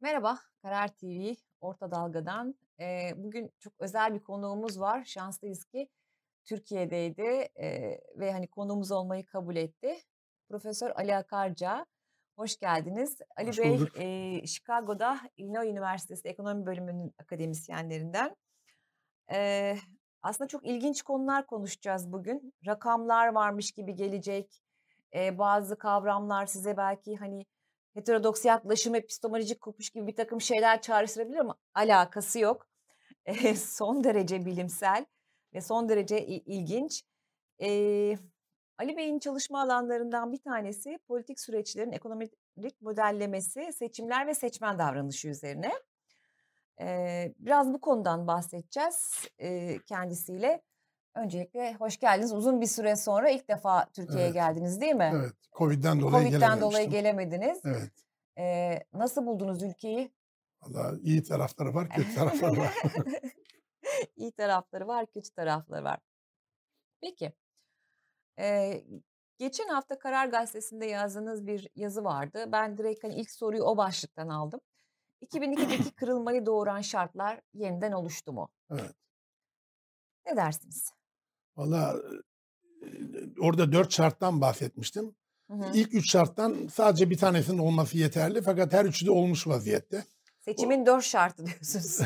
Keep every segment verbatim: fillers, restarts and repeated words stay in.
Merhaba, Karar T V Orta Dalga'dan. Eee, bugün çok özel bir konuğumuz var. Şanslıyız ki Türkiye'deydi eee, ve hani konuğumuz olmayı kabul etti. Profesör Ali Akarca, hoş geldiniz. Ali Hoş Bey, bulduk. eee, Chicago'da Illinois Üniversitesi Ekonomi Bölümünün akademisyenlerinden. Eee, Aslında çok ilginç konular konuşacağız bugün. Rakamlar varmış gibi gelecek. Eee, bazı kavramlar size belki, hani, heterodoks yaklaşım, epistemolojik kopuş gibi birtakım şeyler çağrıştırabilir ama alakası yok. Eee, son derece bilimsel ve son derece i ilginç. Eee, Ali Bey'in çalışma alanlarından bir tanesi politik süreçlerin ekonomik modellemesi, seçimler ve seçmen davranışı üzerine. Eee, biraz bu konudan bahsedeceğiz, eee, kendisiyle. Öncelikle hoş geldiniz. Uzun bir süre sonra ilk defa Türkiye'ye Evet, geldiniz, değil mi? evet. Covid'den dolayı Covid'den dolayı gelememiştim. gelemediniz. Evet. Eee, nasıl buldunuz ülkeyi? Valla iyi tarafları var, kötü tarafları var. İyi tarafları var, kötü tarafları var. Peki, eee, geçen hafta Karar Gazetesi'nde yazdığınız bir yazı vardı. Ben direkt, hani, ilk soruyu o başlıktan aldım. iki bin ikideki kırılmayı doğuran şartlar yeniden oluştu mu? Evet. Ne dersiniz? Valla orada dört şarttan bahsetmiştim. Hı hı. İlk üç şarttan sadece bir tanesinin olması yeterli fakat her üçü de olmuş vaziyette. O Seçimin dört şartı diyorsunuz.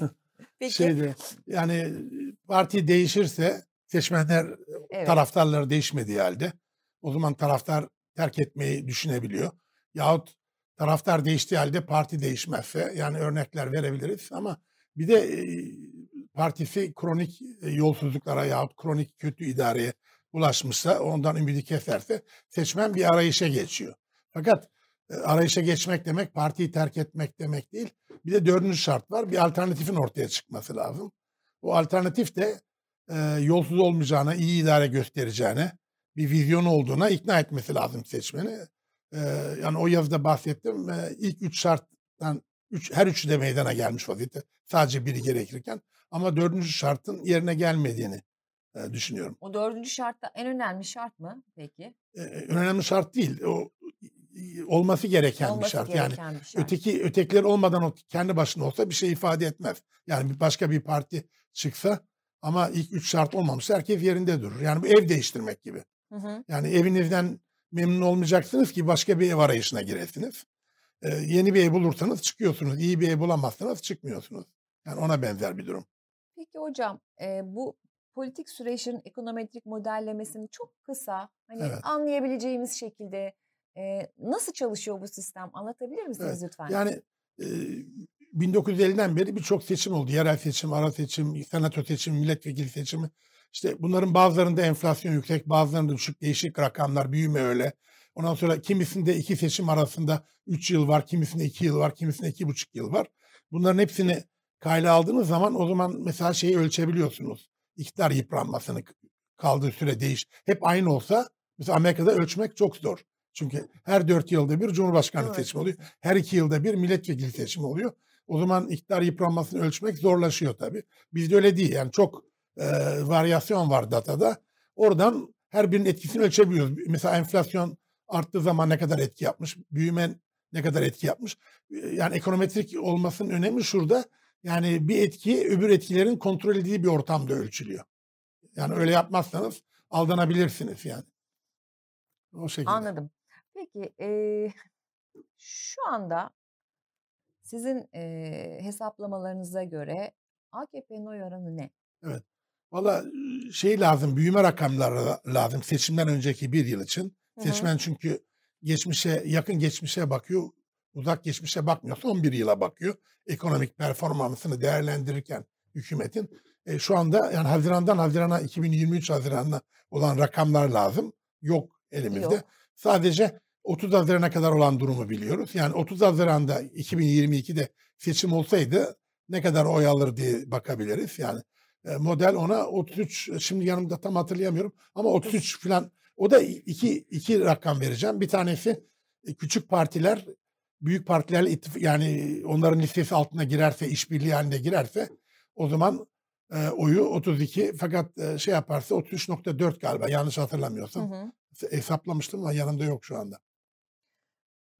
Peki. şeyde yani parti değişirse seçmenler Evet. taraftarları değişmediği halde o zaman taraftar terk etmeyi düşünebiliyor. Yahut taraftar değiştiği halde parti değişmezse yani örnekler verebiliriz ama bir de e, partisi kronik e, yolsuzluklara yahut kronik kötü idareye ulaşmışsa ondan ümidi keserse seçmen bir arayışa geçiyor. Fakat e, arayışa geçmek demek partiyi terk etmek demek değil. Bir de dördüncü şart var. Bir alternatifin ortaya çıkması lazım. O alternatif de e, yolsuz olmayacağına, iyi idare göstereceğine, bir vizyon olduğuna ikna etmesi lazım seçmeni. E, yani o yazıda bahsettim. E, ilk üç şarttan üç, her üçü de meydana gelmiş vaziyette. Sadece biri gerekirken. Ama dördüncü şartın yerine gelmediğini e, düşünüyorum. O dördüncü şart da en önemli şart mı peki? E, önemli şart değil. O olması gereken bir Olması şart. Yani gereken bir şart. öteki ötekiler olmadan o kendi başına olsa bir şey ifade etmez. Yani bir başka bir parti çıksa ama ilk üç şart olmamışsa herkes yerinde durur. Yani bu ev değiştirmek gibi. Hı hı. Yani evinizden memnun olmayacaksınız ki başka bir ev arayışına giresiniz. Eee, yeni bir ev bulursanız çıkıyorsunuz. İyi bir ev bulamazsanız çıkmıyorsunuz. Yani ona benzer bir durum. Peki hocam, eee, bu politik süreçlerin ekonometrik modellemesini çok kısa, hani, Evet. anlayabileceğimiz şekilde, eee, nasıl çalışıyor bu sistem anlatabilir Evet. misiniz lütfen? Yani, eee, bin dokuz yüz elliden beri birçok seçim oldu. Yerel seçim, ara seçim, senato seçimi, milletvekili seçimi. İşte bunların bazılarında enflasyon yüksek, bazılarında düşük, değişik rakamlar, büyüme öyle. Ondan sonra kimisinde iki seçim arasında üç yıl var, kimisinde iki yıl var, kimisinde iki buçuk yıl var. Bunların hepsini kayda aldığınız zaman o zaman mesela şeyi ölçebiliyorsunuz. İktidar yıpranmasını, kaldığı süre değiş hep aynı olsa mesela Amerika'da ölçmek çok zor. Çünkü her dört yılda bir cumhurbaşkanı seçimi oluyor. Cumhurbaşkanı. Her iki yılda bir milletvekili seçimi oluyor. O zaman iktidar yıpranmasını ölçmek zorlaşıyor tabii. Bizde öyle değil. Yani çok e, varyasyon var datada. Oradan her birinin etkisini ölçebiliyoruz. Mesela enflasyon arttığı zaman ne kadar etki yapmış, büyüme ne kadar etki yapmış. E, Yani ekonometrik olmasının önemi şurada. Yani bir etki öbür etkilerin kontrol edildiği bir ortamda ölçülüyor. Yani öyle yapmazsanız aldanabilirsiniz yani. O şekilde. Anladım. Peki, eee, şu anda sizin, eee, hesaplamalarınıza göre A K P'nin oy oranı ne? Evet. Valla, şey lazım, büyüme rakamları lazım seçimden önceki bir yıl için. Hı hı. Seçmen çünkü geçmişe, yakın geçmişe bakıyor, uzak geçmişe bakmıyor. Son bir yıla bakıyor. Ekonomik performansını değerlendirirken hükümetin. E, şu anda yani hazirandan hazirana, iki bin yirmi üç haziranına olan rakamlar lazım. Yok elimizde. Yok. Sadece otuz Haziran'a kadar olan durumu biliyoruz. Yani otuz Haziran'da iki bin yirmi ikide seçim olsaydı ne kadar oy alır diye bakabiliriz. Yani Eee, model ona otuz üç, şimdi yanımda tam hatırlayamıyorum ama otuz. otuz üç filan. O da iki iki rakam vereceğim. Bir tanesi, eee, küçük partiler büyük partilerle ittif yani onların listesi altına girerse, işbirliği hâlinde girerse o zaman, eee, oyu otuz iki fakat, eee, şey yaparsa otuz üç nokta dört galiba yanlış Hı hatırlamıyorsam. hı. Hesaplamıştım ama yanımda yok şu anda.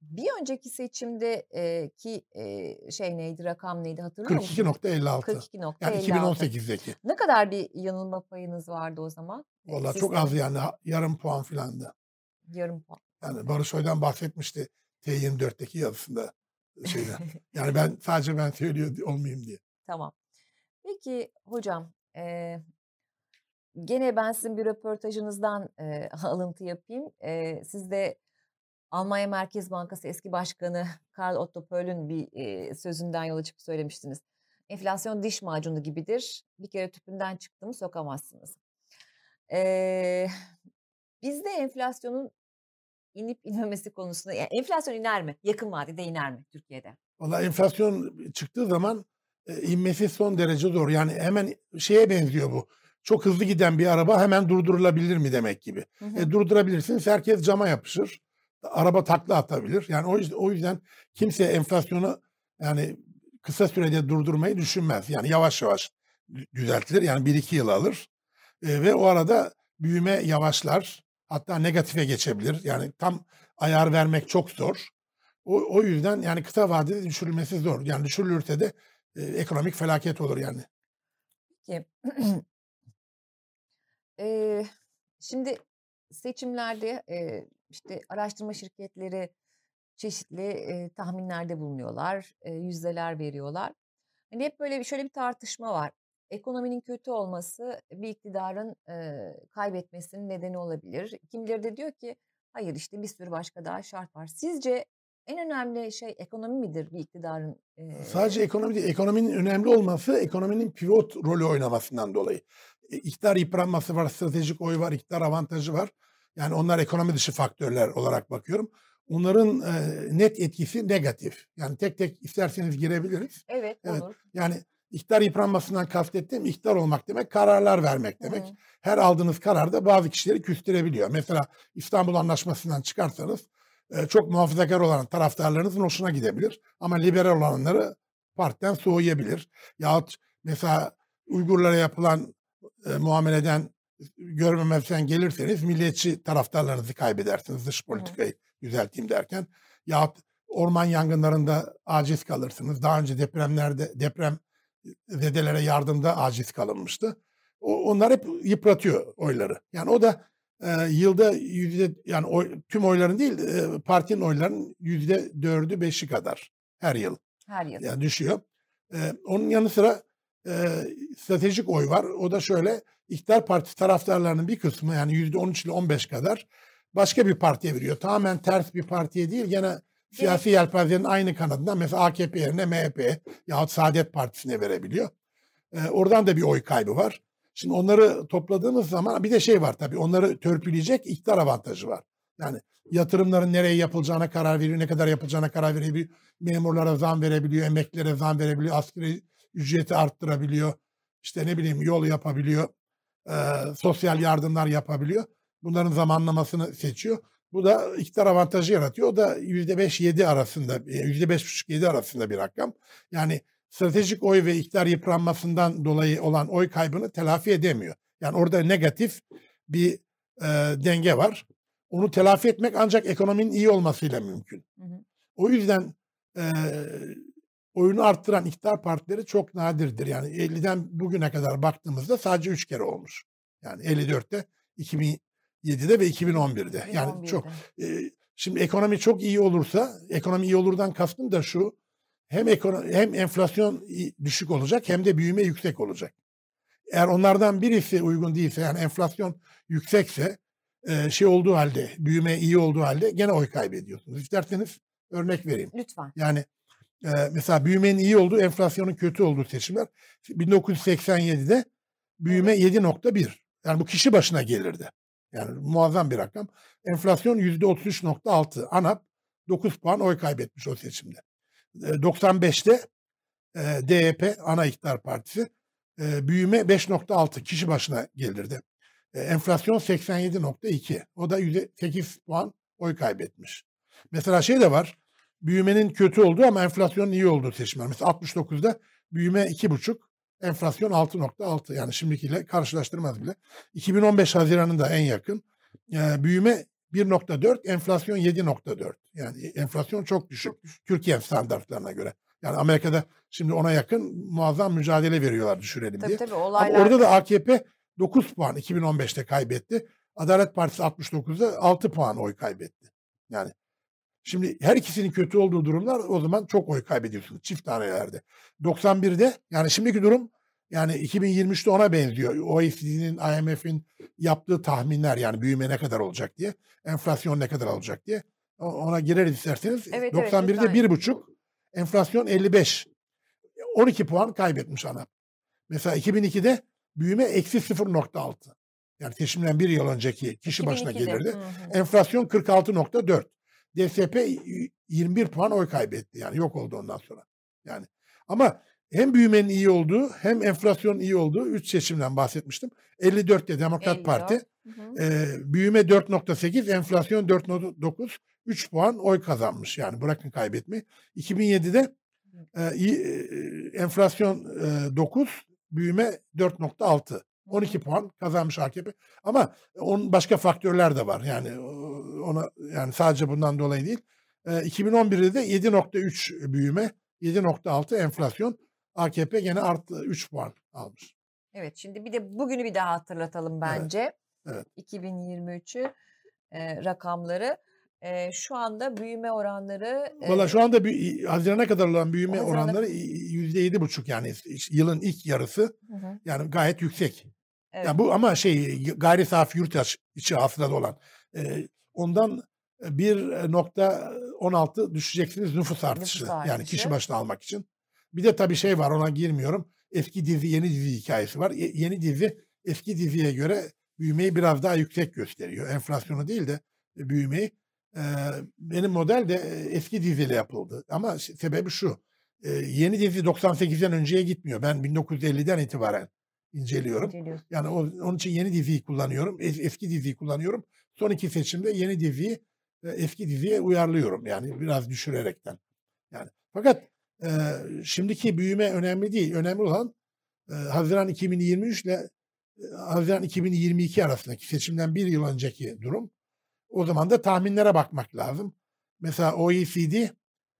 Bir önceki seçimde, eee, ki, eee, şey neydi, rakam neydi hatırlıyor kırk iki musunuz? nokta elli altı. kırk iki nokta Yani elli altı. iki bin on sekizdeki. Ne kadar bir yanılma payınız vardı o zaman, eee, Valla çok az sisteme? yani ha yarım puan filandı. Yarım puan. Yani Evet. Barış Oy'dan bahsetmişti T yirmi dörtteki yazısında, şeyde. Yani ben sadece ben söylüyor olmayayım diye. Tamam. Peki hocam, eee, gene ben sizin bir röportajınızdan, eee, alıntı yapayım. Eee, siz de Almanya Merkez Bankası eski başkanı Karl Otto Pöll'ün bir, eee, sözünden yola çıkıp söylemiştiniz. "Enflasyon diş macunu gibidir. Bir kere tüpünden çıktı mı sokamazsınız." Eee, bizde enflasyonun inip inmemesi konusunda, ya, enflasyon iner mi? Yakın vadede iner mi Türkiye'de? Valla enflasyon çıktığı zaman, eee, inmesi son derece zor. Yani hemen şeye benziyor bu, çok hızlı giden bir araba hemen durdurulabilir mi demek gibi. Hı E, hı. durdurabilirsiniz, herkes cama yapışır. Araba takla atabilir. Yani o yüzden o yüzden kimse enflasyonu, yani, kısa sürede durdurmayı düşünmez. Yani yavaş yavaş dü düzeltilir. Yani bir iki yıl alır, eee, ve o arada büyüme yavaşlar. Hatta negatife geçebilir. Yani tam ayar vermek çok zor. O o yüzden, yani, kısa vadede düşürülmesi zor. Yani düşürülürse de, eee, ekonomik felaket olur yani. Peki. Eee, şimdi seçimlerde, eee, işte, araştırma şirketleri çeşitli, eee, tahminlerde bulunuyorlar, eee, yüzdeler veriyorlar. Hani, hep böyle bir şöyle bir tartışma var. Ekonominin kötü olması bir iktidarın, eee, kaybetmesinin nedeni olabilir. Kimileri de diyor ki, hayır, işte, bir sürü başka daha şart var. Sizce en önemli şey ekonomi midir bir iktidarın? Sadece Eee ekonomi değil, ekonominin önemli olması, ekonominin pivot rolü oynamasından dolayı. E, iktidar yıpranması var, stratejik oy var, iktidar avantajı var. Yani onlar ekonomi dışı faktörler olarak bakıyorum. Onların, eee, net etkisi negatif. Yani tek tek isterseniz girebiliriz. Evet, Evet, olur. yani iktidar yıpranmasından kastettiğim iktidar olmak demek, kararlar vermek demek. Hı. Her aldığınız karar da bazı kişileri küstürebiliyor. Mesela İstanbul Anlaşması'ndan çıkarsanız, eee, çok muhafazakâr olan taraftarlarınızın hoşuna gidebilir ama liberal olanları partiden soğuyabilir. Yahut mesela Uygurlara yapılan, eee, muameleden görmemezlikten gelirseniz milliyetçi taraftarlarınızı kaybedersiniz dış Hı hı. politikayı düzelteyim derken. Yahut orman yangınlarında aciz kalırsınız. Daha önce depremlerde depremzedelere yardımda aciz kalınmıştı. O onlar hep yıpratıyor oyları. Yani o da, eee, yılda yüzde yani oy tüm oyların değil, eee, partinin oylarının yüzde dördü beşi kadar her yıl, Her yıl. yani düşüyor. Eee, onun yanı sıra, eee, stratejik oy var. O da şöyle, iktidar partisi taraftarlarının bir kısmı, yani yüzde on üç ile on beş kadar başka bir partiye veriyor. Tamamen ters bir partiye değil, gene Gene siyasi yelpazenin aynı kanadından, mesela A K P yerine M H P yahut Saadet Partisi'ne verebiliyor. Eee, oradan da bir oy kaybı var. Şimdi onları topladığımız zaman bir de şey var tabii, onları törpüleyecek iktidar avantajı var. Yani yatırımların nereye yapılacağına karar veriyor, ne kadar yapılacağına karar verebiliyor. Memurlara zam verebiliyor, emeklilere zam verebiliyor, asgari ücreti arttırabiliyor. İşte, ne bileyim, yol yapabiliyor, eee, sosyal yardımlar yapabiliyor. Bunların zamanlamasını seçiyor. Bu da iktidar avantajı yaratıyor. O da yüzde beş yedi arasında, eee, yüzde beş buçuk yedi arasında bir rakam. Yani stratejik oy ve iktidar yıpranmasından dolayı olan oy kaybını telafi edemiyor. Yani orada negatif bir, eee, denge var. Onu telafi etmek ancak ekonominin iyi olmasıyla mümkün. Hı hı. O yüzden, eee, oyunu arttıran iktidar partileri çok nadirdir. Yani elliden bugüne kadar baktığımızda sadece üç kere olmuş. Yani elli dörtte, iki bin yedide ve iki bin on birde. Yani çok, iki bin on birde. eee, şimdi ekonomi çok iyi olursa, ekonomi iyi olurdan kastım da şu, hem ekono hem enflasyon i düşük olacak hem de büyüme yüksek olacak. Eğer onlardan birisi uygun değilse, yani enflasyon yüksekse, eee, şey olduğu halde, büyüme iyi olduğu halde gene oy kaybediyorsunuz. İsterseniz örnek vereyim. Lütfen. Yani, eee, mesela büyümenin iyi olduğu, enflasyonun kötü olduğu seçimler. bin dokuz yüz seksen yedide büyüme Evet. yedi nokta bir. Yani bu kişi başına gelirdi. Yani muazzam bir rakam. Enflasyon yüzde otuz üç nokta altı. ANAP dokuz puan oy kaybetmiş o seçimde. Eee, doksan beşte eee, D H P ana iktidar partisi, eee, büyüme beş nokta altı kişi başına gelirdi. Eee, enflasyon seksen yedi nokta iki. O da yüzde sekiz puan oy kaybetmiş. Mesela şey de var, büyümenin kötü olduğu ama enflasyonun iyi olduğu seçimler. Mesela altmış dokuzda büyüme iki buçuk, enflasyon altı nokta altı. Yani şimdikiyle karşılaştırmaz bile. iki bin on beş haziranında en yakın. Eee, büyüme bir nokta dört, enflasyon yedi nokta dört. Yani enflasyon çok düşük. Çok düşük. Türkiye standartlarına göre. Yani Amerika'da şimdi ona yakın muazzam mücadele veriyorlar düşürelim Tabii diye. tabii Ama olaylar orada da A K P dokuz puan iki bin on beşte kaybetti. Adalet Partisi altmış dokuzda altı puan oy kaybetti. Yani şimdi her ikisinin kötü olduğu durumlar o zaman çok oy kaybediyorsunuz çift tanelerde. doksan birde yani şimdiki durum yani iki bin yirmi üçte ona benziyor. O E C D'nin, I M F'in yaptığı tahminler yani büyüme ne kadar olacak diye, enflasyon ne kadar olacak diye. O- Ona gireriz isterseniz. Evet evet doksan birde lütfen. bir buçuk, enflasyon elli beş. on iki puan kaybetmiş ana. Mesela iki bin ikide büyüme eksi sıfır nokta altı. Yani seçimden bir yıl önceki kişi başına iki bin ikide. gelirdi. Hı hı. Enflasyon kırk altı nokta dört. D S P yirmi bir puan oy kaybetti. Yani yok oldu ondan sonra. Yani ama hem büyümenin iyi olduğu hem enflasyonun iyi olduğu üç seçimden bahsetmiştim. elli dörtte Demokrat Parti, elli dört. Hı hı. e, büyüme dört nokta sekiz, enflasyon dört nokta dokuz, üç puan oy kazanmış. Yani bırakın kaybetmeyi. iki bin yedide e, iyi, e, enflasyon e, dokuz, büyüme dört nokta altı. Hı on iki hı. puan kazanmış A K P. Ama onun başka faktörler de var. Yani o- ona yani sadece bundan dolayı değil. E, iki bin on birde de yedi nokta üç büyüme, yedi nokta altı enflasyon. A K P gene arttı üç puan almış. Evet şimdi bir de bugünü bir daha hatırlatalım Evet, bence. evet. iki bin yirmi üçü e, rakamları. E, şu anda büyüme oranları Valla e, şu anda bir, Haziran'a kadar olan büyüme Haziran'a oranları yüzde yedi buçuk yani yılın ilk yarısı Hı hı. yani gayet yüksek. Evet. Yani bu ama şey gayri safi yurt içi hasılada olan e, ondan bir nokta on altı düşeceksiniz nüfus artışı. Nüfus Yani kişi artışı. başına almak için. Bir de tabii şey var ona girmiyorum. Eski dizi yeni dizi hikayesi var. Ye- Yeni dizi eski diziye göre büyümeyi biraz daha yüksek gösteriyor. Enflasyonu değil de e, büyümeyi. Ee, benim model de e, eski diziyle yapıldı. Ama se- sebebi şu. e, yeni dizi doksan sekizden önceye gitmiyor. Ben bin dokuz yüz elliden itibaren inceliyorum. İnceliyorsun. Yani o, onun için yeni diziyi kullanıyorum. Es- eski diziyi kullanıyorum. Son iki seçimde yeni diziyi e, eski diziye uyarlıyorum. Yani biraz düşürerekten. Yani fakat e, şimdiki büyüme önemli değil. Önemli olan e, Haziran iki bin yirmi üç ile e, Haziran iki bin yirmi iki arasındaki seçimden bir yıl önceki durum. O zaman da tahminlere bakmak lazım. Mesela O E C D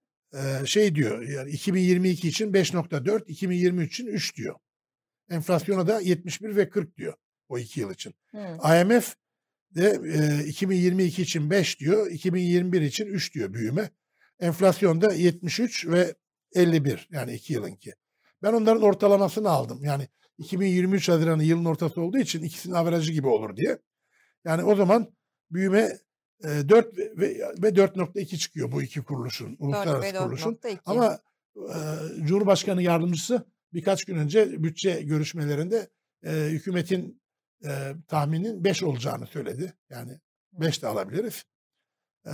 e, şey diyor yani iki bin yirmi iki için beş nokta dört, iki bin yirmi üç için üç diyor. Enflasyona da yetmiş bir ve kırk diyor o iki yıl için. Hı. I M F de e, iki bin yirmi iki için beş diyor, iki bin yirmi bir için üç diyor büyüme. Enflasyonda yetmiş üç ve elli bir yani iki yılınki. Ben onların ortalamasını aldım. Yani iki bin yirmi üç Haziran'ı yılın ortası olduğu için ikisinin averajı gibi olur diye. Yani o zaman büyüme e, dört ve, ve dört nokta iki çıkıyor bu iki kuruluşun, dört uluslararası ve dört kuruluşun. nokta iki. Ama e, Cumhurbaşkanı yardımcısı birkaç gün önce bütçe görüşmelerinde e, hükümetin e, tahminin beş olacağını söyledi. Yani beş de alabiliriz. E,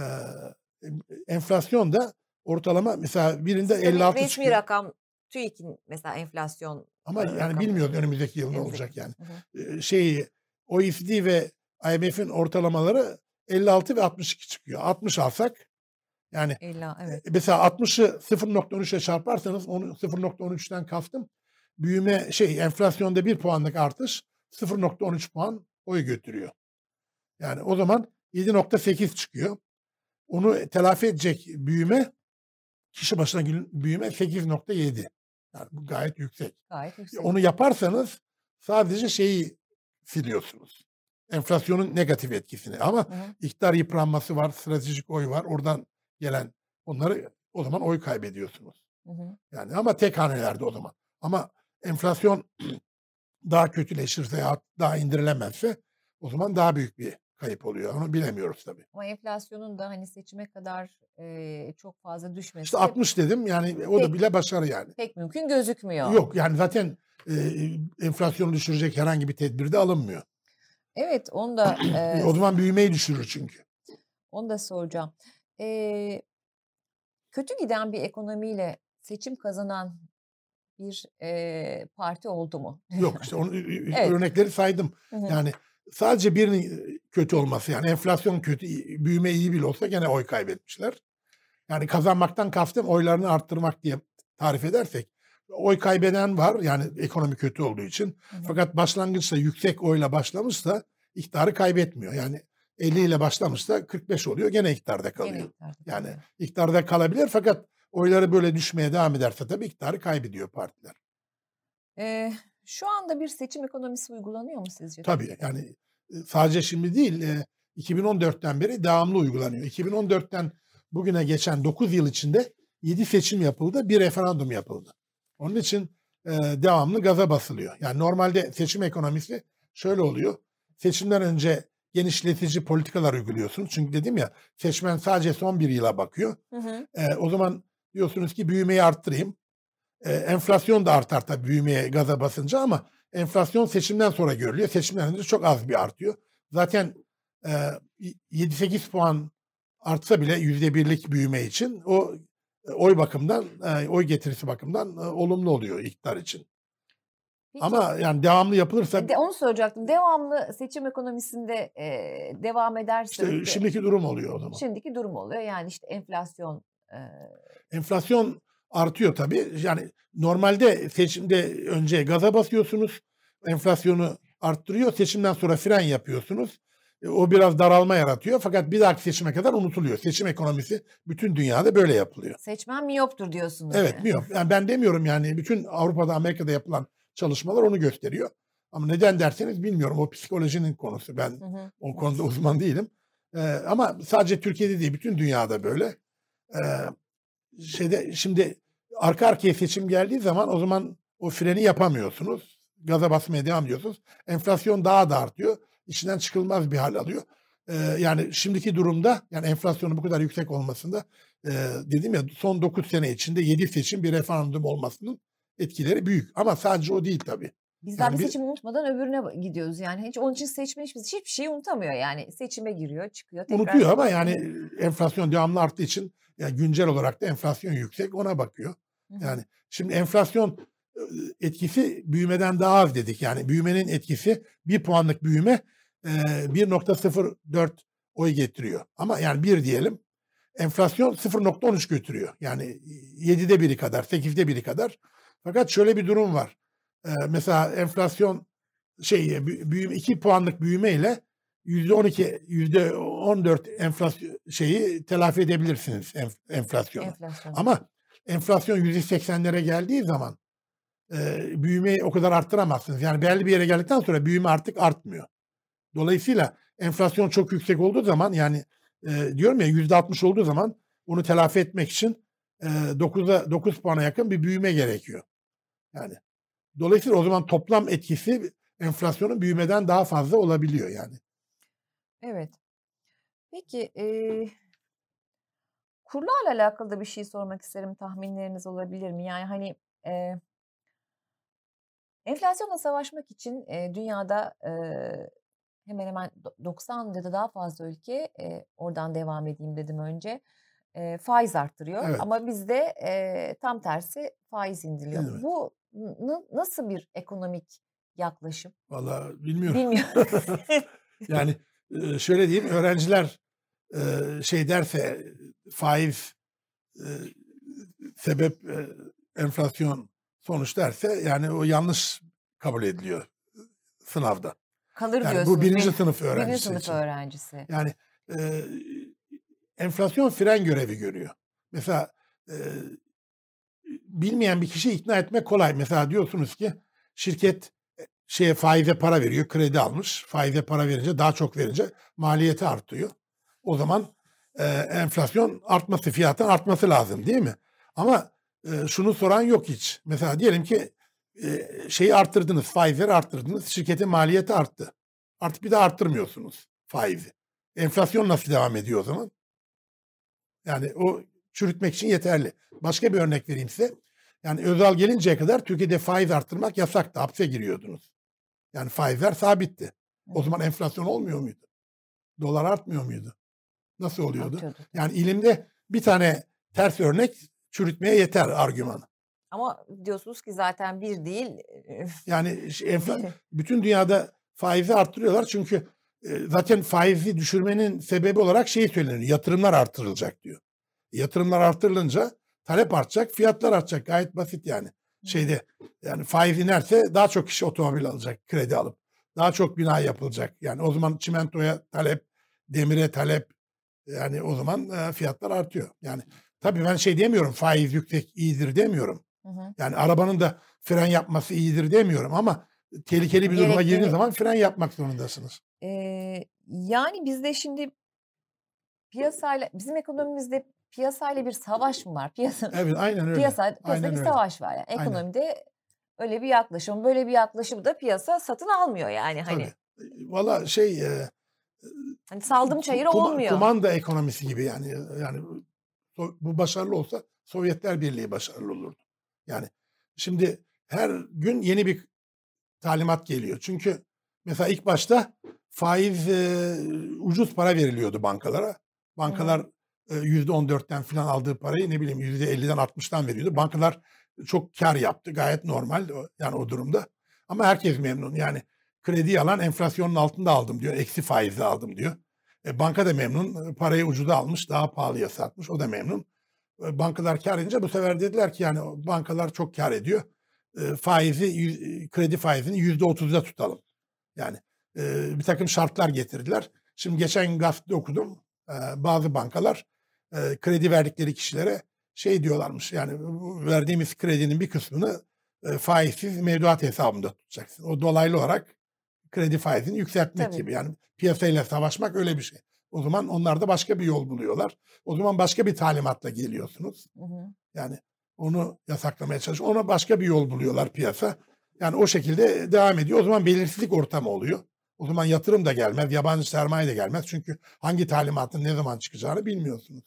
enflasyon da ortalama mesela birinde Tabii elli altı resmi çıkıyor. rakam TÜİK'in mesela enflasyon Ama e, yani rakamı. bilmiyoruz önümüzdeki yıl ne Önümüzdeki- olacak yani. Hı hı. E, şey O E C D ve I M F'in ortalamaları elli altı ve altmış iki çıkıyor. altmış alsak yani elli evet. e, mesela altmışı sıfır nokta on üç ile çarparsanız onu sıfır nokta on üçten kastım büyüme şey enflasyonda bir puanlık artış sıfır nokta on üç puan oy götürüyor. Yani o zaman yedi nokta sekiz çıkıyor. Onu telafi edecek büyüme kişi başına gül- büyüme sekiz nokta yedi. Yani bu gayet yüksek. Gayet yüksek. Onu yaparsanız sadece şeyi siliyorsunuz. Enflasyonun negatif etkisini. Ama Hı hı. iktidar yıpranması var, stratejik oy var. Oradan gelen onları o zaman oy kaybediyorsunuz. Hı hı. Yani ama tek hanelerde o zaman. Ama enflasyon daha kötüleşirse ya daha indirilemezse o zaman daha büyük bir kayıp oluyor. Onu bilemiyoruz tabii. Ama enflasyonun da hani seçime kadar e, çok fazla düşmesi İşte de altmış dedim yani o da Pek- bile başarı yani. pek mümkün gözükmüyor. Yok yani zaten e, enflasyonu düşürecek herhangi bir tedbir de alınmıyor. Evet onu da e, O zaman büyümeyi düşürür çünkü. onu da soracağım. E, kötü giden bir ekonomiyle seçim kazanan bir e, parti oldu mu? Yok işte onu, Evet. örnekleri saydım. Hı hı. Yani sadece birinin kötü olması yani enflasyon kötü, büyüme iyi bile olsa gene oy kaybetmişler. Yani kazanmaktan kastım oylarını arttırmak diye tarif edersek oy kaybeden var yani ekonomi kötü olduğu için. Hı hı. Fakat başlangıçta yüksek oyla başlamışsa iktidarı kaybetmiyor. Yani elli ile başlamış da kırk beş oluyor. Gene iktidarda kalıyor. Gene iktidarda Yani kalıyor. iktidarda kalabilir fakat oyları böyle düşmeye devam ederse tabii iktidarı kaybediyor partiler. Eee, şu anda bir seçim ekonomisi uygulanıyor mu sizce Tabii Türkiye'de? yani e, sadece şimdi değil e, iki bin on dörtten beri devamlı uygulanıyor. iki bin on dörtten bugüne geçen dokuz yıl içinde yedi seçim yapıldı, bir referandum yapıldı. Onun için e, devamlı gaza basılıyor. Yani normalde seçim ekonomisi şöyle oluyor. Seçimden önce genişletici politikalar uyguluyorsunuz. Çünkü dedim ya seçmen sadece son bir yıla bakıyor. Hı hı. E, o zaman diyorsunuz ki büyümeyi arttırayım. E, enflasyon da artar tabii büyümeye gaza basınca ama enflasyon seçimden sonra görülüyor. Seçimden önce çok az bir artıyor. Zaten e, yedi sekiz puan artsa bile yüzde birlik büyüme için o e, oy bakımdan, e, oy getirisi bakımdan e, olumlu oluyor iktidar için. Peki Ama yani devamlı yapılırsa de onu soracaktım. Devamlı seçim ekonomisinde eee, devam ederse işte ülke şimdiki durum oluyor o zaman. şimdiki durum oluyor. Yani işte enflasyon eee, Enflasyon artıyor tabii. Yani normalde seçimde önce gaza basıyorsunuz. Enflasyonu arttırıyor. Seçimden sonra fren yapıyorsunuz. E, o biraz daralma yaratıyor. Fakat bir dahaki seçime kadar unutuluyor. Seçim ekonomisi bütün dünyada böyle yapılıyor. seçmen miyoptur diyorsunuz Evet, yani. miyop. Yani ben demiyorum yani bütün Avrupa'da, Amerika'da yapılan çalışmalar onu gösteriyor. Ama neden derseniz bilmiyorum. O psikolojinin konusu. Ben Hı hı. o konuda uzman değilim. E, ama sadece Türkiye'de değil, bütün dünyada böyle. E, şeyde şimdi arka arkaya seçim geldiği zaman o zaman o freni yapamıyorsunuz. Gaza basmaya devam ediyorsunuz. Enflasyon daha da artıyor. İçinden çıkılmaz bir hal alıyor. Ee, yani şimdiki durumda yani enflasyonun bu kadar yüksek olmasında e, dedim ya son dokuz sene içinde yedi seçim bir referandum olmasının etkileri büyük. Ama sadece o değil tabii. Biz daha bir Yani bir seçimi unutmadan öbürüne gidiyoruz yani. Hiç onun için seçmen hiçbir, hiçbir şeyi unutamıyor yani. Seçime giriyor, çıkıyor, tekrar unutuyor ama seçime. yani enflasyon devamlı arttığı için yani güncel olarak da enflasyon yüksek ona bakıyor. Hı hı. Yani şimdi enflasyon e, etkisi büyümeden daha az dedik. Yani büyümenin etkisi bir puanlık büyüme e, bir nokta sıfır dört oy getiriyor. Ama yani bir diyelim enflasyon sıfır nokta on üç götürüyor. Yani yedide biri kadar, sekizde biri kadar. Fakat şöyle bir durum var. E, mesela enflasyon şey bü- büyüme iki puanlık büyüme ile yüzde on iki, yüzde on dört enflasyon şeyi telafi edebilirsiniz enf- enflasyonu. Enflasyon. Ama enflasyon yüzde seksenlere geldiği zaman e, büyümeyi o kadar arttıramazsınız. Yani belli bir yere geldikten sonra büyüme artık artmıyor. Dolayısıyla enflasyon çok yüksek olduğu zaman yani e, diyorum ya yüzde altmış olduğu zaman onu telafi etmek için e, dokuza dokuz puana yakın bir büyüme gerekiyor. Yani dolayısıyla o zaman toplam etkisi enflasyonun büyümeden daha fazla olabiliyor yani. Evet. Peki eee kurlarla alakalı da bir şey sormak isterim. Tahminleriniz olabilir mi? Yani hani eee enflasyonla savaşmak için eee, dünyada eee, hemen hemen do- doksan ya da daha fazla ülke eee, oradan devam edeyim dedim önce. eee, faiz arttırıyor Evet. ama bizde eee, tam tersi faiz indiriliyor. Evet. Bu n- nasıl bir ekonomik yaklaşım? Vallahi bilmiyorum. Bilmiyorum. Yani e, şöyle diyeyim öğrenciler e, şey derse faiz e, sebep e, enflasyon sonuç derse yani o yanlış kabul ediliyor sınavda. Kalır Yani bu diyorsunuz. birinci Bir, sınıf birinci öğrencisi sınıf için. öğrencisi. Yani e, enflasyon fren görevi görüyor. Mesela e, bilmeyen bir kişi ikna etmek kolay. Mesela diyorsunuz ki şirket e, şeye faize para veriyor, kredi almış. Faize para verince daha çok verince maliyeti artıyor. O zaman e, enflasyon artması, fiyatın artması lazım değil mi? Ama e, şunu soran yok hiç. Mesela diyelim ki e, şeyi arttırdınız, faizleri arttırdınız, şirketin maliyeti arttı. Artık bir de arttırmıyorsunuz faizi. Enflasyon nasıl devam ediyor o zaman? Yani o çürütmek için yeterli. Başka bir örnek vereyim size. Yani Özal gelinceye kadar Türkiye'de faiz arttırmak yasaktı. Hapse giriyordunuz. Yani faizler sabitti. O zaman enflasyon olmuyor muydu? Dolar artmıyor muydu? Nasıl oluyordu? Artıyordu. Yani ilimde bir tane ters örnek çürütmeye yeter argümanı. Ama diyorsunuz ki zaten bir değil. Yani şey, enfla- bütün dünyada faizi arttırıyorlar çünkü e, zaten faizi düşürmenin sebebi olarak şey söyleniyor. Yatırımlar artırılacak diyor. Yatırımlar artırılınca talep artacak, fiyatlar artacak. Gayet basit yani. Şeyde yani faiz inerse daha çok kişi otomobil alacak, kredi alıp. Daha çok bina yapılacak. Yani o zaman çimentoya talep, demire talep, yani o zaman e, fiyatlar artıyor. Yani tabii ben şey demiyorum, faiz yüksek iyidir demiyorum. Hı hı. Yani arabanın da fren yapması iyidir demiyorum ama tehlikeli bir duruma girdiğiniz Gerektiğini zaman fren yapmak zorundasınız. Eee, yani bizde şimdi piyasayla bizim ekonomimizde piyasayla bir savaş mı var? Piyasa Evet, aynen öyle. piyasa piyasada Aynen bir öyle. savaş var yani. Aynen. Ekonomide öyle bir yaklaşım, böyle bir yaklaşımı da piyasa satın almıyor yani Tabii. hani. Valla şey e, Hani saldım ku- çayıra kuma- olmuyor. kumanda ekonomisi gibi yani yani so- bu başarılı olsa Sovyetler Birliği başarılı olurdu. Yani şimdi her gün yeni bir talimat geliyor. Çünkü mesela ilk başta faiz e, ucuz para veriliyordu bankalara. Hı hı. Bankalar e, yüzde on dörtten falan aldığı parayı ne bileyim yüzde elliden altmıştan veriyordu. Bankalar çok kar yaptı. Gayet normal o- yani o durumda. Ama herkes memnun. Yani kredi alan enflasyonun altında aldım diyor. Eksi faizle aldım diyor. E, banka da memnun. Parayı ucuza almış, daha pahalıya satmış. O da memnun. E, bankalar kar edince bu sefer dediler ki yani bankalar çok kar ediyor. E, faizi, yüz- kredi faizini yüzde otuzda tutalım. Yani e, bir takım şartlar getirdiler. Şimdi geçen gün gazetede okudum. E, bazı bankalar e, kredi verdikleri kişilere şey diyorlarmış. Yani bu verdiğimiz kredinin bir kısmını e, faizsiz mevduat hesabında tutacaksın. O dolaylı olarak kredi faizini yükseltmek Tabii. gibi. Yani piyasayla savaşmak öyle bir şey. O zaman onlar da başka bir yol buluyorlar. O zaman başka bir talimatla geliyorsunuz. Hı hı. Yani onu yasaklamaya çalışıyor. Ona başka bir yol buluyorlar piyasa. Yani o şekilde devam ediyor. O zaman belirsizlik ortamı oluyor. O zaman yatırım da gelmez, yabancı sermaye de gelmez. Çünkü hangi talimatın ne zaman çıkacağını bilmiyorsunuz.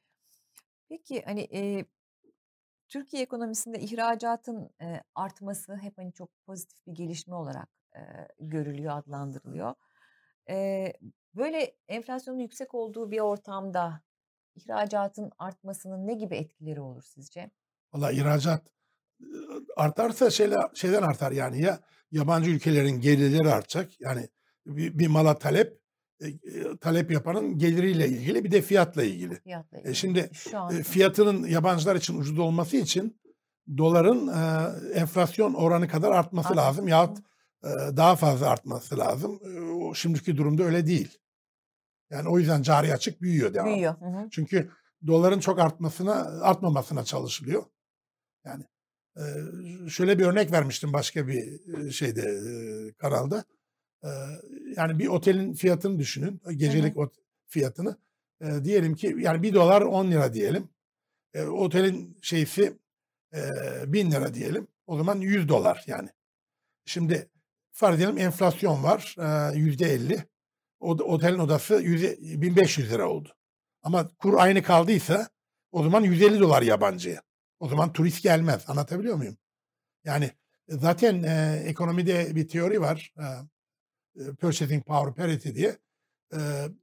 Peki hani eee, Türkiye ekonomisinde ihracatın eee, artması hep hani çok pozitif bir gelişme olarak eee, görülüyor, adlandırılıyor. Eee, böyle enflasyonun yüksek olduğu bir ortamda ihracatın artmasının ne gibi etkileri olur sizce? Valla ihracat e, artarsa şeyler, şeyden artar yani ya yabancı ülkelerin gelirleri artacak. Yani bir, bir mala talep e, e, talep yapanın geliriyle ilgili bir de fiyatla ilgili. Fiyatla E, ilgili. şimdi Şu e, an hı hı. fiyatının yabancılar için ucuz olması için doların e, enflasyon oranı kadar artması Artması. lazım Hı yahut hı. e, daha fazla artması lazım. E, o şimdiki durumda öyle değil. Yani o yüzden cari açık büyüyor devamlı. Büyüyor. Hı hı. Çünkü doların çok artmasına artmamasına çalışılıyor. Yani e, şöyle bir örnek vermiştim başka bir e, şeyde e, kanalda. E, yani bir otelin fiyatını düşünün. Hı hı. Gecelik ot fiyatını. E, diyelim ki yani bir dolar on lira diyelim. E, otelin şeysi e, bin lira diyelim. O zaman yüz dolar yani. Şimdi farz edelim enflasyon var e, yüzde elli. O, otelin odası yüz, bin beş yüz lira oldu. Ama kur aynı kaldıysa o zaman yüz elli dolar yabancıya. O zaman turist gelmez. Anlatabiliyor muyum? Yani e, zaten e, ekonomide bir teori var. E, e, Purchasing Power Parity diye. E,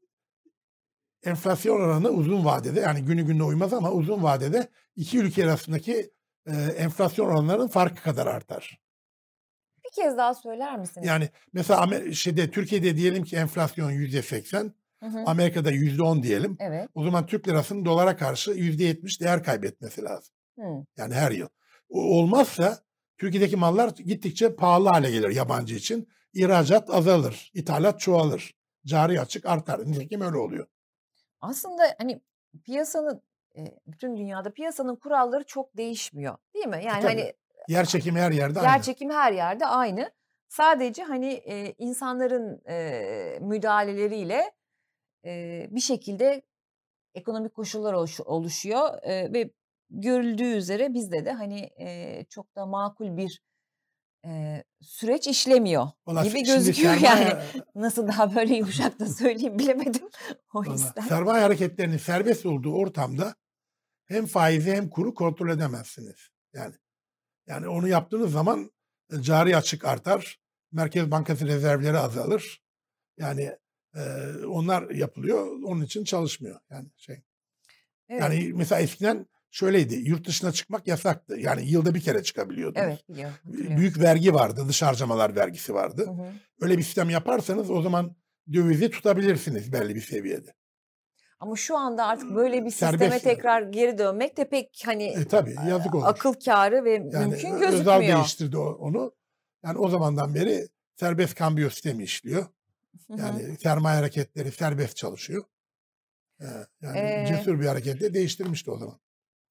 enflasyon oranı uzun vadede yani günü gününe uymaz ama uzun vadede iki ülke arasındaki e, enflasyon oranlarının farkı kadar artar. Bir kez daha söyler misiniz? Yani mesela Amer- şeyde Türkiye'de diyelim ki enflasyon yüzde seksen, Hı hı. Amerika'da yüzde on diyelim. Evet. O zaman Türk lirasının dolara karşı yüzde yetmiş değer kaybetmesi lazım. Hı. Yani her yıl. O olmazsa Türkiye'deki mallar gittikçe pahalı hale gelir yabancı için. İhracat azalır, ithalat çoğalır. Cari açık artar. Nitekim öyle oluyor. Aslında hani piyasanın eee, bütün dünyada piyasanın kuralları çok değişmiyor, değil mi? E Yani tabii. hani Yer çekimi her yerde yer aynı. çekimi her yerde aynı. Sadece hani eee, insanların eee, müdahaleleriyle eee, bir şekilde ekonomik koşullar oluş- oluşuyor eee, ve görüldüğü üzere bizde de hani eee, çok da makul bir eee, süreç işlemiyor Valla gibi şimdi gözüküyor yani. sermaye Nasıl daha böyle yumuşak da söyleyeyim bilemedim o valla yüzden. sermaye hareketlerinin serbest olduğu ortamda hem faizi hem kuru kontrol edemezsiniz. Yani yani onu yaptığınız zaman e, cari açık artar. Merkez Bankası rezervleri azalır. Yani e, onlar yapılıyor. Onun için çalışmıyor. Yani şey. Evet, Yani mesela eskiden şöyleydi. Yurt dışına çıkmak yasaktı. Yani yılda bir kere evet çıkabiliyordunuz. biliyorum, hatırlıyorum. Büyük vergi vardı. Dış harcamalar vergisi Hı vardı. hı. Öyle bir sistem yaparsanız o zaman dövizi tutabilirsiniz belli bir seviyede. Ama şu anda artık böyle bir sisteme Serbest yani. tekrar geri dönmek de pek hani E tabii a yazık olur. akıl kârı ve Yani mümkün Ö- Özal gözükmüyor. değiştirdi o- onu. Yani o zamandan beri serbest kambiyo sistemi işliyor. Hı hı. Yani sermaye hareketleri serbest çalışıyor. Eee, yani Eee, cesur bir hareketle değiştirmişti o zaman.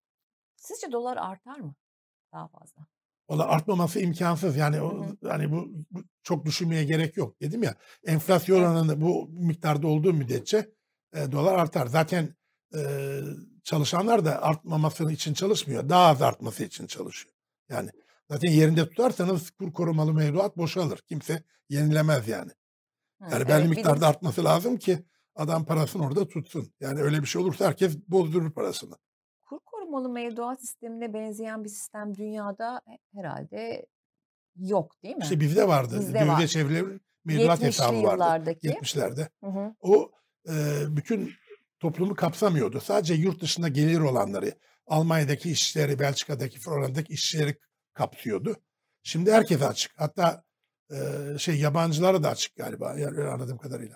Sizce dolar artar mı daha fazla? Valla artmaması imkansız. Yani Hı o hı. hani bu, bu çok düşünmeye gerek yok. Dedim ya enflasyon Evet. oranı bu miktarda olduğu müddetçe e, dolar artar. Zaten e, çalışanlar da artmaması için çalışmıyor. Daha az artması için çalışıyor. Yani zaten yerinde tutarsanız kur korumalı mevduat boşalır. Kimse yenilemez yani. Hımm, Yani belli evet, bir de miktarda artması lazım ki adam parasını orada tutsun. Yani öyle bir şey olursa herkes bozdurur parasını. kur korumalı mevduat sistemine benzeyen bir sistem dünyada he herhâlde yok, değil İşte mi? bizde vardı. Bizde var. Dövize çevrilen mevduat yetmişli hesabı vardı yıllardaki. yetmişlerde. Hı hı. O, eee, bütün toplumu kapsamıyordu. Sadece yurt dışında gelir olanları, Almanya'daki işçileri, Belçika'daki, Hollanda'daki işçileri kapsıyordu. Şimdi herkese açık. Hatta, eee, şey yabancılara da açık galiba yani öyle anladığım kadarıyla.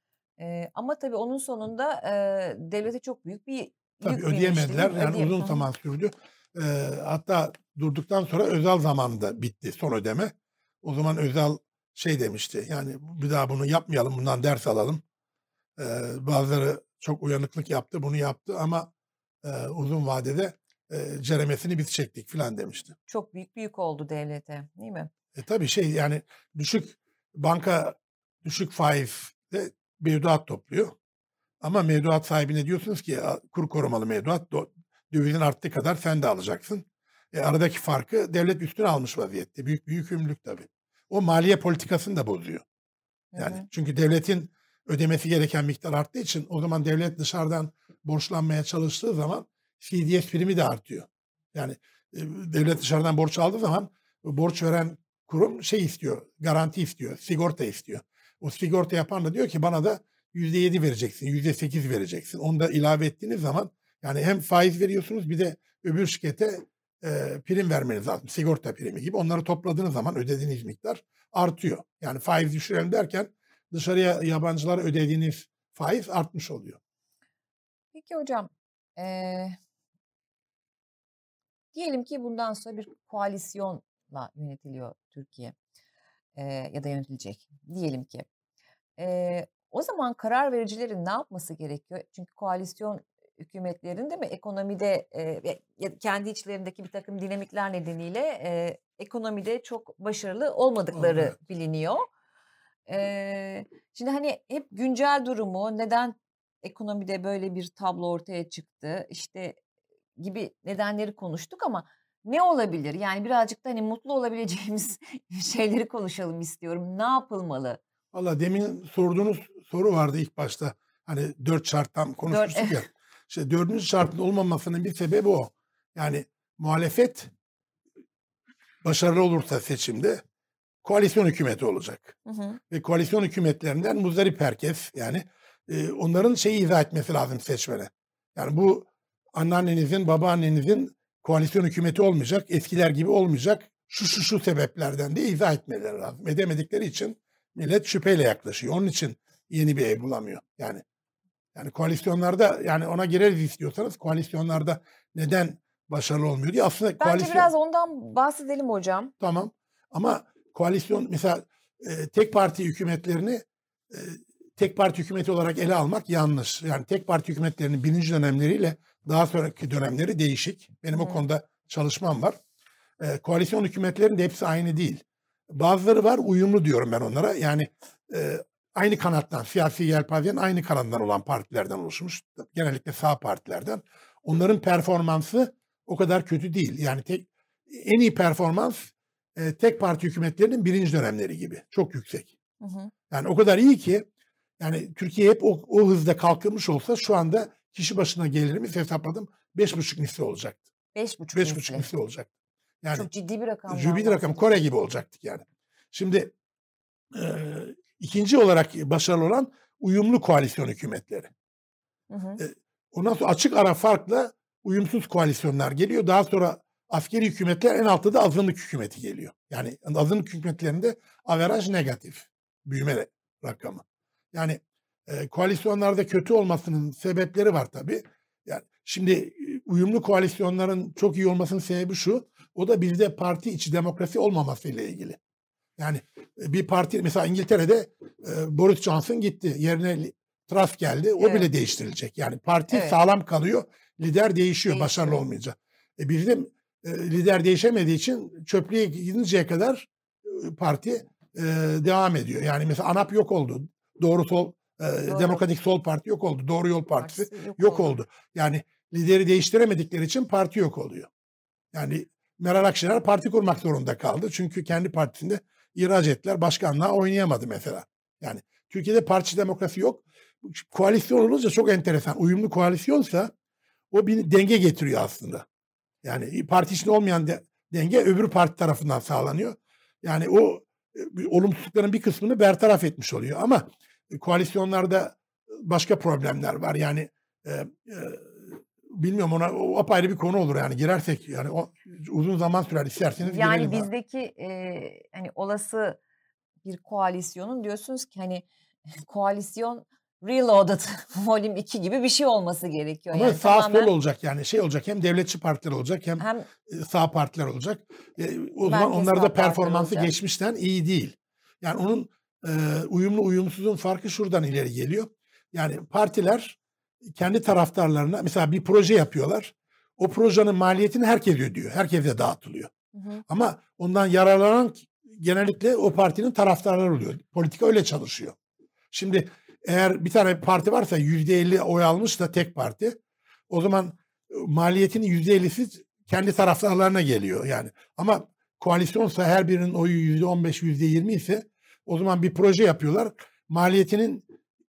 Eee, ama tabii onun sonunda, eee, devlete çok büyük bir Tabii yük binmişti, değil ödeyemediler. mi? Yani Ödeyem uzun Hı hı. zaman sürdü. Eee, hatta durduktan sonra Özal zamanında bitti son ödeme. O zaman Özal şey demişti, yani bir daha bunu yapmayalım, bundan ders alalım. Eee, bazıları çok uyanıklık yaptı, bunu yaptı ama, eee, uzun vadede, eee, ceremesini biz çektik filan demişti. Çok büyük bir yük oldu devlete, değil mi? E, tabii şey yani düşük banka düşük faizle mevduat topluyor. Ama mevduat sahibine diyorsunuz ki a kur korumalı mevduat do dövizin arttığı kadar sen de alacaksın. E, aradaki farkı devlet üstüne almış vaziyette. Büyük bir yükümlülük tabii. O maliye politikasını da bozuyor. Hı Yani hı. çünkü devletin ödemesi gereken miktar arttığı için o zaman devlet dışarıdan borçlanmaya çalıştığı zaman C D S primi de artıyor. Yani e, devlet dışarıdan borç aldığı zaman borç veren kurum şey istiyor, garanti istiyor, sigorta istiyor. O sigorta yapan da diyor ki bana da yüzde yedi vereceksin, yüzde sekiz vereceksin. Onu da ilave ettiğiniz zaman yani hem faiz veriyorsunuz bir de öbür şirkete e, prim vermeniz lazım. Sigorta primi gibi. Onları topladığınız zaman ödediğiniz miktar artıyor. Yani faiz düşürelim derken dışarıya yabancılara ödediğiniz faiz artmış oluyor. Peki hocam, eee, diyelim ki bundan sonra bir koalisyonla yönetiliyor Türkiye, eee, ya da yönetilecek diyelim ki. Eee, o zaman karar vericilerin ne yapması gerekiyor? Çünkü koalisyon hükümetlerin değil mi ekonomide, eee, ve ya kendi içlerindeki birtakım dinamikler nedeniyle, eee, ekonomide çok başarılı O olmadıkları evet. biliniyor. Eee, Şimdi, hani, hep güncel durumu, neden ekonomide böyle bir tablo ortaya çıktı, işte, gibi nedenleri konuştuk ama ne olabilir? Yani birazcık da, hani, mutlu olabileceğimiz şeyleri konuşalım istiyorum. Ne yapılmalı? Valla demin sorduğunuz soru vardı ilk başta. Hani dört şarttan Dört konuşmuştuk ya. İşte dördüncü şartın olmamasının bir sebebi o. Yani muhalefet başarılı olursa seçimde koalisyon hükümeti olacak. Hı hı. Ve koalisyon hükümetlerinden muzdarip herkes yani e, onların şeyi izah etmesi lazım seçmene. Yani bu anneannenizin, babaannenizin koalisyon hükümeti olmayacak, eskiler gibi olmayacak. Şu şu şu sebeplerden diye izah etmeleri lazım. Edemedikleri için millet şüpheyle yaklaşıyor. Onun için yeni bir ev bulamıyor. Yani yani koalisyonlarda yani ona gireriz istiyorsanız koalisyonlarda neden başarılı olmuyor diye aslında Bence koalisyon biraz ondan bahsedelim hocam. tamam. Ama koalisyon mesela, eee, tek parti hükümetlerini, eee, tek parti hükümeti olarak ele almak yanlış. Yani tek parti hükümetlerinin birinci dönemleriyle daha sonraki dönemleri değişik. Hı Benim o hı. konuda çalışmam var. Eee, koalisyon hükümetlerinin de hepsi aynı değil. Bazıları var, uyumlu diyorum ben onlara. Yani, eee, aynı kanattan, siyasi yelpazenin aynı kanadından olan partilerden oluşmuş. Genellikle sağ partilerden. Onların performansı o kadar kötü değil. Yani tek en iyi performans, eee, tek parti hükümetlerinin birinci dönemleri gibi. Çok yüksek. Hı hı. Yani o kadar iyi ki yani Türkiye hep o o hızda kalkınmış olsa şu anda kişi başına gelirimiz hesapladım beş buçuk misli olacaktı. beş buçuk beş buçuk misli. misli olacaktı. Yani Çok ciddi bir rakamdan jübili rakam Kore bahsediyorsun. gibi olacaktık yani. Şimdi, eee, ikinci olarak başarılı olan uyumlu koalisyon hükümetleri. Hı hı. Eee, ondan sonra açık ara farkla uyumsuz koalisyonlar geliyor. Daha sonra askeri hükümetler en altta da azınlık hükümeti geliyor. Yani azınlık hükümetlerinde averaj negatif. Büyüme rakamı. Yani, eee, koalisyonlarda kötü olmasının sebepleri var tabii. Yani şimdi, eee, uyumlu koalisyonların çok iyi olmasının sebebi şu, o da bizde parti içi demokrasi olmamasıyla ilgili. Yani bir parti mesela İngiltere'de e, Boris Johnson gitti. Yerine Truss geldi. O Evet. bile değiştirilecek. Yani parti Evet. sağlam kalıyor. Lider değişiyor, Değişiyor. başarılı olmayınca. E bizde e, lider değişemediği için çöplüğe gidinceye kadar e, parti e, devam ediyor. Yani mesela ANAP yok oldu. Doğru Sol e, Doğru. Demokratik Sol Parti yok oldu. Doğru Yol Partisi Partisi yok yok oldu. oldu. Yani lideri değiştiremedikleri için parti yok oluyor. Yani Meral Akşener parti kurmak zorunda kaldı. Çünkü kendi partisinde ihraç ettiler. Başkanlığa oynayamadı mesela. Yani Türkiye'de partili demokrasi yok. Koalisyon olunca çok enteresan. Uyumlu koalisyonsa o bir denge getiriyor aslında. Yani parti içinde olmayan de, denge öbür parti tarafından sağlanıyor. Yani o e, olumsuzlukların bir kısmını bertaraf etmiş oluyor. Ama e, koalisyonlarda başka problemler var. Yani e, e, bilmiyorum, ona o apayrı bir konu olur yani girersek yani o, uzun zaman sürer, isterseniz Yani girelim. ha. bizdeki eee, hani olası bir koalisyonun diyorsunuz ki hani koalisyon Reloaded Volüm iki gibi bir şey olması gerekiyor. Ama Yani sağ sol tamamen olacak, yani şey olacak, hem devletçi partiler olacak hem hem e, sağ partiler olacak. E, o zaman merkez onlarda sağ partiler performansı olacak. geçmişten iyi değil. Yani onun e, uyumlu uyumsuzun farkı şuradan ileri geliyor. Yani partiler kendi taraftarlarına mesela bir proje yapıyorlar. O projenin maliyetini herkes ödüyor. Herkese dağıtılıyor. Hı hı. Ama ondan yararlanan genellikle o partinin taraftarları oluyor. Politika öyle çalışıyor. Şimdi eğer bir tane parti varsa yüzde elli oy almış da tek parti, o zaman e, maliyetinin yüzde ellisi kendi taraftarlarına geliyor yani. Ama koalisyonsa her birinin oyu yüzde on beş, yüzde yirmi ise o zaman bir proje yapıyorlar. Maliyetinin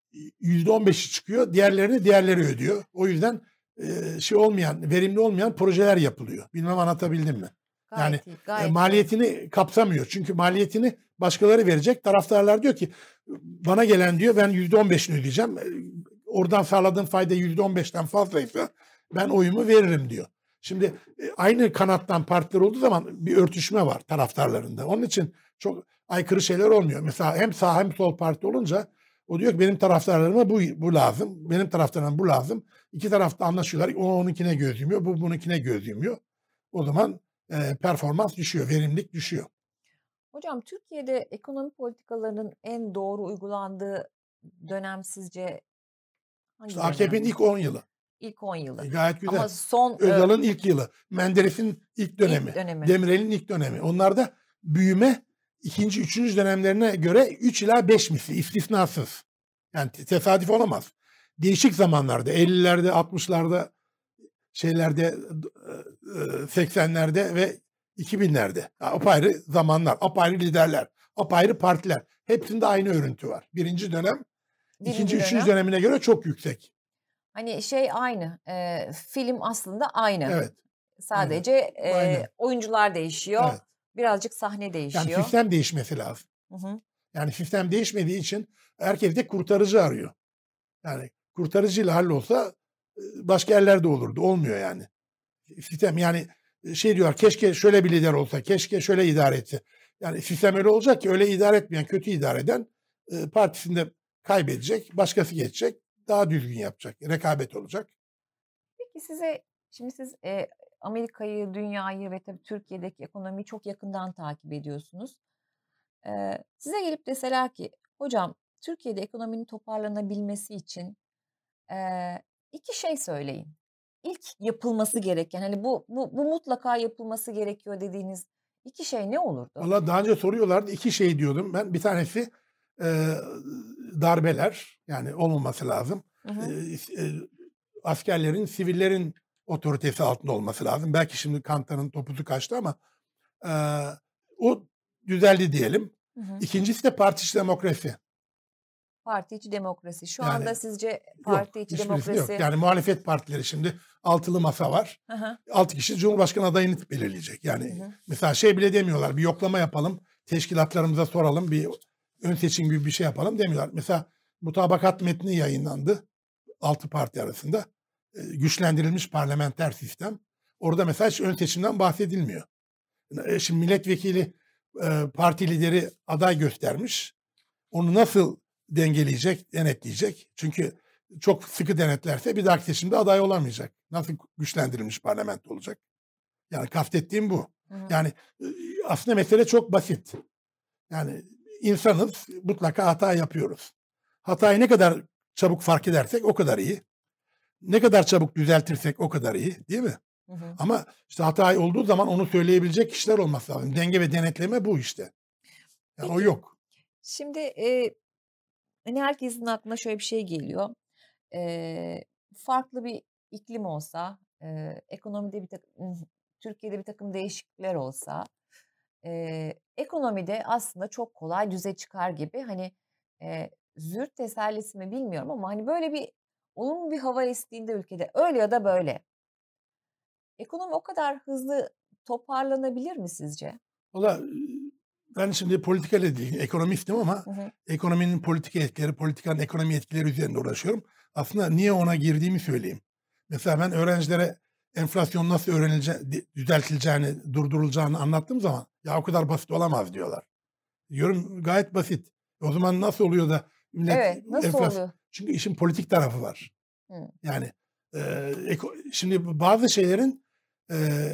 yüzde on beşi çıkıyor, diğerlerini diğerleri ödüyor. O yüzden e, şey olmayan, verimli olmayan projeler yapılıyor. Bilmem anlatabildim mi? Yani Gayet iyi, e, gayet doğru. maliyetini kapsamıyor. Çünkü maliyetini başkaları verecek. Taraftarlar diyor ki bana gelen diyor ben yüzde on beşini ödeyeceğim. E, Oradan sağladığım fayda yüzde on beşten fazlaysa ben oyumu veririm diyor. Şimdi e, aynı kanattan partiler olduğu zaman bir örtüşme var taraftarlarında. Onun için çok aykırı şeyler olmuyor. Mesela hem sağ hem sol parti olunca o diyor ki benim taraftarlarıma bu, bu lazım. Benim taraftarlarıma bu lazım. İki tarafta anlaşıyorlar. O onunkine göz yumuyor. Bu bununkine göz yumuyor. O zaman e, performans düşüyor. Verimlilik düşüyor. Hocam Türkiye'de ekonomi politikalarının en doğru uygulandığı dönem sizce hangi İşte dönem? A K P'nin ilk on yılı. İlk on yılı. E, gayet güzel. Ama son e, Özal'ın ilk yılı. Menderes'in ilk dönemi. ilk dönemi. Demirel'in ilk dönemi. Onlarda büyüme ikinci, üçüncü dönemlerine göre üç ila beş misli. İstisnasız. Yani te- tesadüf olamaz. Değişik zamanlarda ellilerde, altmışlarda, şeylerde, e, seksenlerde ve iki binlerde. Apayrı zamanlar, apayrı liderler, apayrı partiler. Hepsinde aynı örüntü var. Birinci dönem, Birinci ikinci, üçüncü dönem. dönemine göre çok yüksek. Hani şey aynı. e, film aslında aynı. Evet. Sadece e, Aynen. oyuncular değişiyor. Evet. Birazcık sahne Yani değişiyor. sistem değişmesi lazım. Hı hı. Yani sistem değişmediği için herkes de kurtarıcı arıyor. Yani kurtarıcıyla hallolsa e, başka yerlerde olurdu. Olmuyor yani. Sistem yani e, şey diyorlar, keşke şöyle bir lider olsa, keşke şöyle idare etse. Yani sistem öyle olacak ki öyle idare etmeyen, kötü idare eden e, partisinde kaybedecek, başkası geçecek, daha düzgün yapacak, rekabet olacak. Peki size şimdi siz e, Amerika'yı, dünyayı ve tabii Türkiye'deki ekonomiyi çok yakından takip ediyorsunuz. E, size gelip deseler ki hocam Türkiye'de ekonominin toparlanabilmesi için e, iki şey söyleyin. İlk yapılması gereken hani bu, bu, bu mutlaka yapılması gerekiyor dediğiniz iki şey ne olurdu? Valla daha önce soruyorlardı, iki şey diyordum ben. Bir tanesi e, darbeler, yani olmaması lazım. Hı hı. E, e, askerlerin, sivillerin otoritesi altında olması lazım. Belki şimdi Kantar'ın topuzu kaçtı ama e, o düzeldi diyelim. Hı hı. İkincisi de parti içi demokrasi. Parti içi demokrasi. Şu Yani anda sizce Yok, parti içi hiçbirisi de demokrasi... yok. Yani muhalefet partileri şimdi altılı masa var. Hı hı. Altı kişi Cumhurbaşkanı adayını belirleyecek. Yani Hı hı. mesela şey bile demiyorlar. Bir yoklama yapalım, teşkilatlarımıza soralım, bir ön seçim gibi bir şey yapalım demiyorlar. Mesela mutabakat metni yayınlandı altı parti arasında. E, güçlendirilmiş parlamenter sistem. Orada mesela hiç ön seçimden bahsedilmiyor. E, şimdi milletvekili e, parti lideri aday göstermiş. Onu nasıl dengeleyecek, denetleyecek? Çünkü çok sıkı denetlerse bir dahaki seçimde aday olamayacak. Nasıl güçlendirilmiş parlamento olacak? Yani kastettiğim bu. Hı hı. Yani e, aslında mesele çok basit. Yani insanız, mutlaka hata yapıyoruz. Hatayı ne kadar çabuk fark edersek o kadar iyi. Ne kadar çabuk düzeltirsek o kadar iyi, değil mi? Hı hı. Ama işte hata olduğu zaman onu söyleyebilecek kişiler olması lazım. Denge ve denetleme bu işte. Yani o Peki, yok. şimdi, eee, hani, herkesin aklına şöyle bir şey geliyor. Eee, farklı bir iklim olsa, eee, ekonomide birtakım Türkiye'de birtakım değişiklikler olsa, eee, ekonomide aslında çok kolay düze çıkar gibi, hani, eee, züğürt tesellisi mi bilmiyorum ama, hani, böyle bir olumlu bir hava estiğinde ülkede öyle ya da böyle ekonomi o kadar hızlı toparlanabilir mi sizce? Valla, ben şimdi politikayla değil, ekonomistim ama Hı hı. ekonominin politika etkileri, politikanın ekonomi etkileri üzerinde uğraşıyorum. Aslında niye ona girdiğimi söyleyeyim. Mesela ben öğrencilere enflasyon nasıl öğrenilece düzeltileceğini, durdurulacağını anlattığım zaman ya o kadar basit olamaz diyorlar. Diyorum gayet basit. O zaman nasıl oluyor da millet Evet, nasıl enflasyon... oluyor? Çünkü işin politik tarafı var. Hıı. Yani, eee, eko şimdi bazı şeylerin, eee,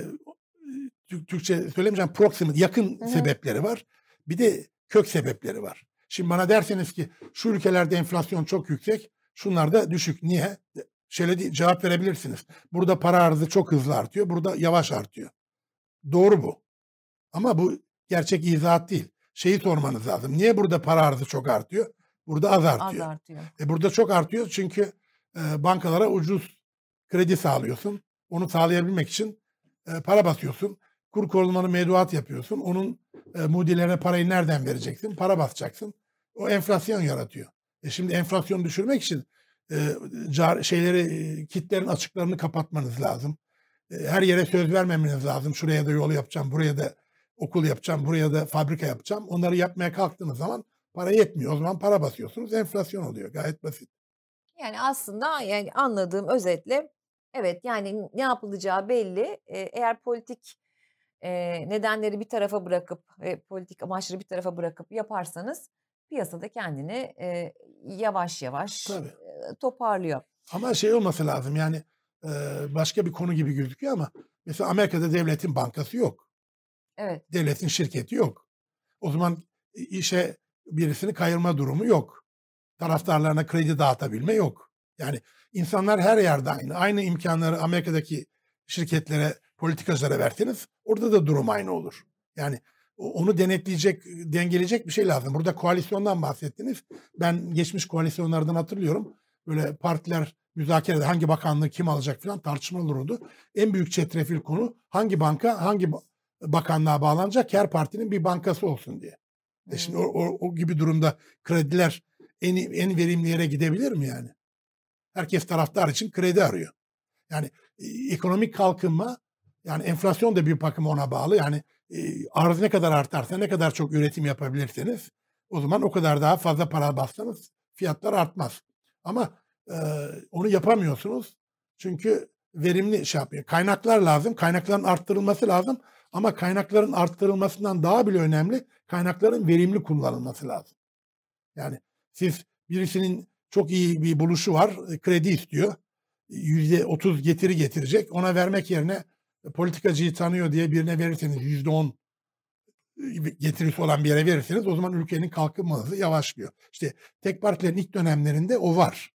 Türk Türkçe söylemeyeceğim, proximate, yakın Hı hı. sebepleri var. Bir de kök sebepleri var. Şimdi bana derseniz ki şu ülkelerde enflasyon çok yüksek, şunlarda düşük. Niye? E, şöyle diye cevap verebilirsiniz. Burada para arzı çok hızlı artıyor, burada yavaş artıyor. Doğru bu. Ama bu gerçek izahat değil. Şeyi sormanız lazım. Niye burada para arzı çok artıyor? Burada az Az artıyor. artıyor. E, burada çok artıyor çünkü, eee, bankalara ucuz kredi sağlıyorsun. Onu sağlayabilmek için, eee, para basıyorsun. Kur korumalı mevduat yapıyorsun. Onun, eee, mudilerine parayı nereden vereceksin? Para basacaksın. O enflasyon yaratıyor. E, şimdi enflasyonu düşürmek için, eee, car şeyleri, eee, kitlerin açıklarını kapatmanız lazım. Eee, her yere söz vermemeniz lazım. Şuraya da yol yapacağım, buraya da okul yapacağım, buraya da fabrika yapacağım. Onları yapmaya kalktığınız zaman para yetmiyor. O zaman para basıyorsunuz, enflasyon oluyor. Gayet basit. Yani, aslında, yani, anladığım özetle evet, yani, ne yapılacağı belli. Eee, eğer politik, eee, nedenleri bir tarafa bırakıp ve politik amaçları bir tarafa bırakıp yaparsanız piyasada kendini, eee, yavaş yavaş, Tabii. eee, toparlıyor. Ama şey olması lazım, yani, eee, başka bir konu gibi gözüküyor ama mesela Amerika'da devletin bankası yok. Evet. Devletin şirketi yok. O zaman i işe birisini kayırma durumu yok. Taraftarlarına kredi dağıtabilme yok. Yani insanlar her yerde aynı. Aynı imkânları Amerika'daki şirketlere, politikacılara verseniz orada da durum aynı olur. Yani o onu denetleyecek, dengeleyecek bir şey lazım. Burada koalisyondan bahsettiniz. Ben geçmiş koalisyonlardan hatırlıyorum. Böyle partiler müzakerede hangi bakanlığı kim alacak filan tartışmalar olurdu. En büyük çetrefil konu hangi banka hangi ba bakanlığa bağlanacak ki her partinin bir bankası olsun diye. E, şimdi o Hımm. o o gibi durumda krediler en iyi en verimli yere gidebilir mi yani? Herkes taraftar için kredi arıyor. Yani, eee, ekonomik kalkınma, yani enflasyon da bir bakıma ona bağlı. Yani, eee, arz ne kadar artarsa, ne kadar çok üretim yapabilirseniz o zaman o kadar daha fazla para bassanız fiyatlar artmaz. Ama, eee, onu yapamıyorsunuz. Çünkü verimli şey yapmıyor. Kaynaklar lazım, kaynakların arttırılması lazım ama kaynakların arttırılmasından daha bile önemli, kaynakların verimli kullanılması lazım. Yani siz birisinin çok iyi bir buluşu var, eee, kredi istiyor. yüzde otuz getiri getirecek. Ona vermek yerine e, politikacıyı tanıyor diye birine verirseniz yüzde on eee, getirisi olan bir yere verirseniz o zaman ülkenin kalkınma hızı yavaşlıyor. İşte tek partilerin ilk dönemlerinde o var.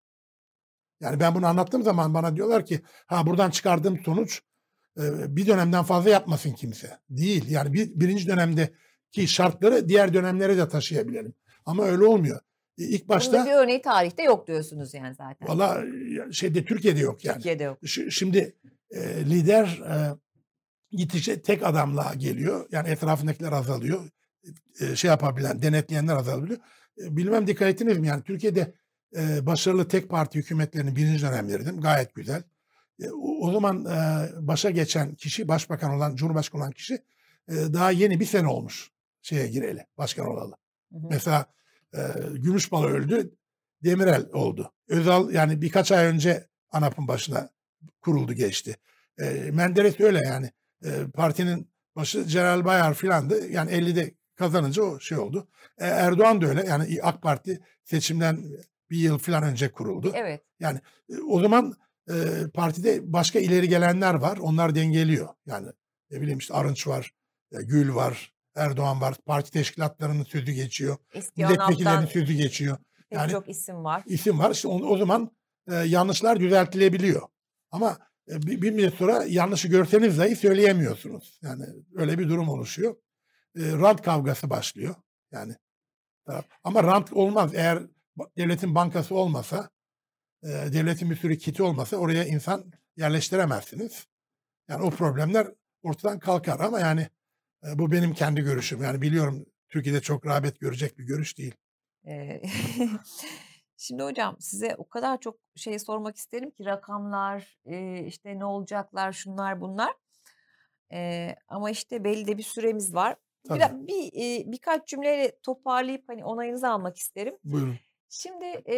Yani ben bunu anlattığım zaman bana diyorlar ki, "Ha, buradan çıkardığım sonuç, eee, bir dönemden fazla yapmasın kimse." Değil. Yani bir birinci dönemdeki şartları diğer dönemlere de taşıyabilelim. Ama öyle olmuyor. İ ilk Bunun da bir başta örneği tarihte yok diyorsunuz yani zaten. valla, ya, şeyde Türkiye'de yok yani. Türkiye'de yok. Şi şimdi, eee, lider, eee, gittikçe tek adamlığa geliyor. Yani etrafındakiler azalıyor. Eee, şey yapabilen, denetleyenler azalabiliyor. Eee, bilmem dikkat ettiniz mi? Yani Türkiye'de, eee, başarılı tek parti hükümetlerinin birinci dönemleriydim. Gayet güzel. Eee, o o zaman, eee, başa geçen kişi, başbakan olan, cumhurbaşkanı olan kişi, eee, daha yeni bir sene olmuş şeye gireli, başkan olalı. Hı hı. Mesela, eee, Gümüşbal öldü, Demirel oldu. Özal yani birkaç ay önce ANAP'ın başına kuruldu, geçti. Eee, Menderes öyle yani. Eee, partinin başı Celal Bayar filandı. Yani ellide kazanınca o şey oldu. Eee, Erdoğan da öyle. Yani İ AK Parti seçimden bir yıl filan önce kuruldu. Evet. Yani, eee, o zaman, eee, partide başka ileri gelenler var. Onlar dengeliyor. Yani, ne bileyim, işte, Arınç var, eee, Gül var, Erdoğan var. Parti teşkilatlarının sözü geçiyor. Eski Milletvekillerinin ANAP'tan sözü geçiyor. pek Yani çok isim var. isim var. İşte o, o zaman e, yanlışlar düzeltilebiliyor. Ama e, bir, bir müddet sonra yanlışı görseniz dahi söyleyemiyorsunuz. Yani öyle bir durum oluşuyor. E, rant kavgası başlıyor. Yani ama rant olmaz. Eğer devletin bankası olmasa, e, devletin bir sürü kiti olmasa oraya insan yerleştiremezsiniz. Yani o problemler ortadan kalkar ama yani e, bu benim kendi görüşüm. Yani biliyorum Türkiye'de çok rağbet görecek bir görüş değil. Ee, Şimdi hocam size o kadar çok şey sormak isterim ki rakamlar, e, işte ne olacaklar, şunlar bunlar. Ee, ama işte belli de bir süremiz var. Tabii. Bir, bir e, birkaç cümleyle toparlayıp hani onayınızı almak isterim. Buyurun. Şimdi e,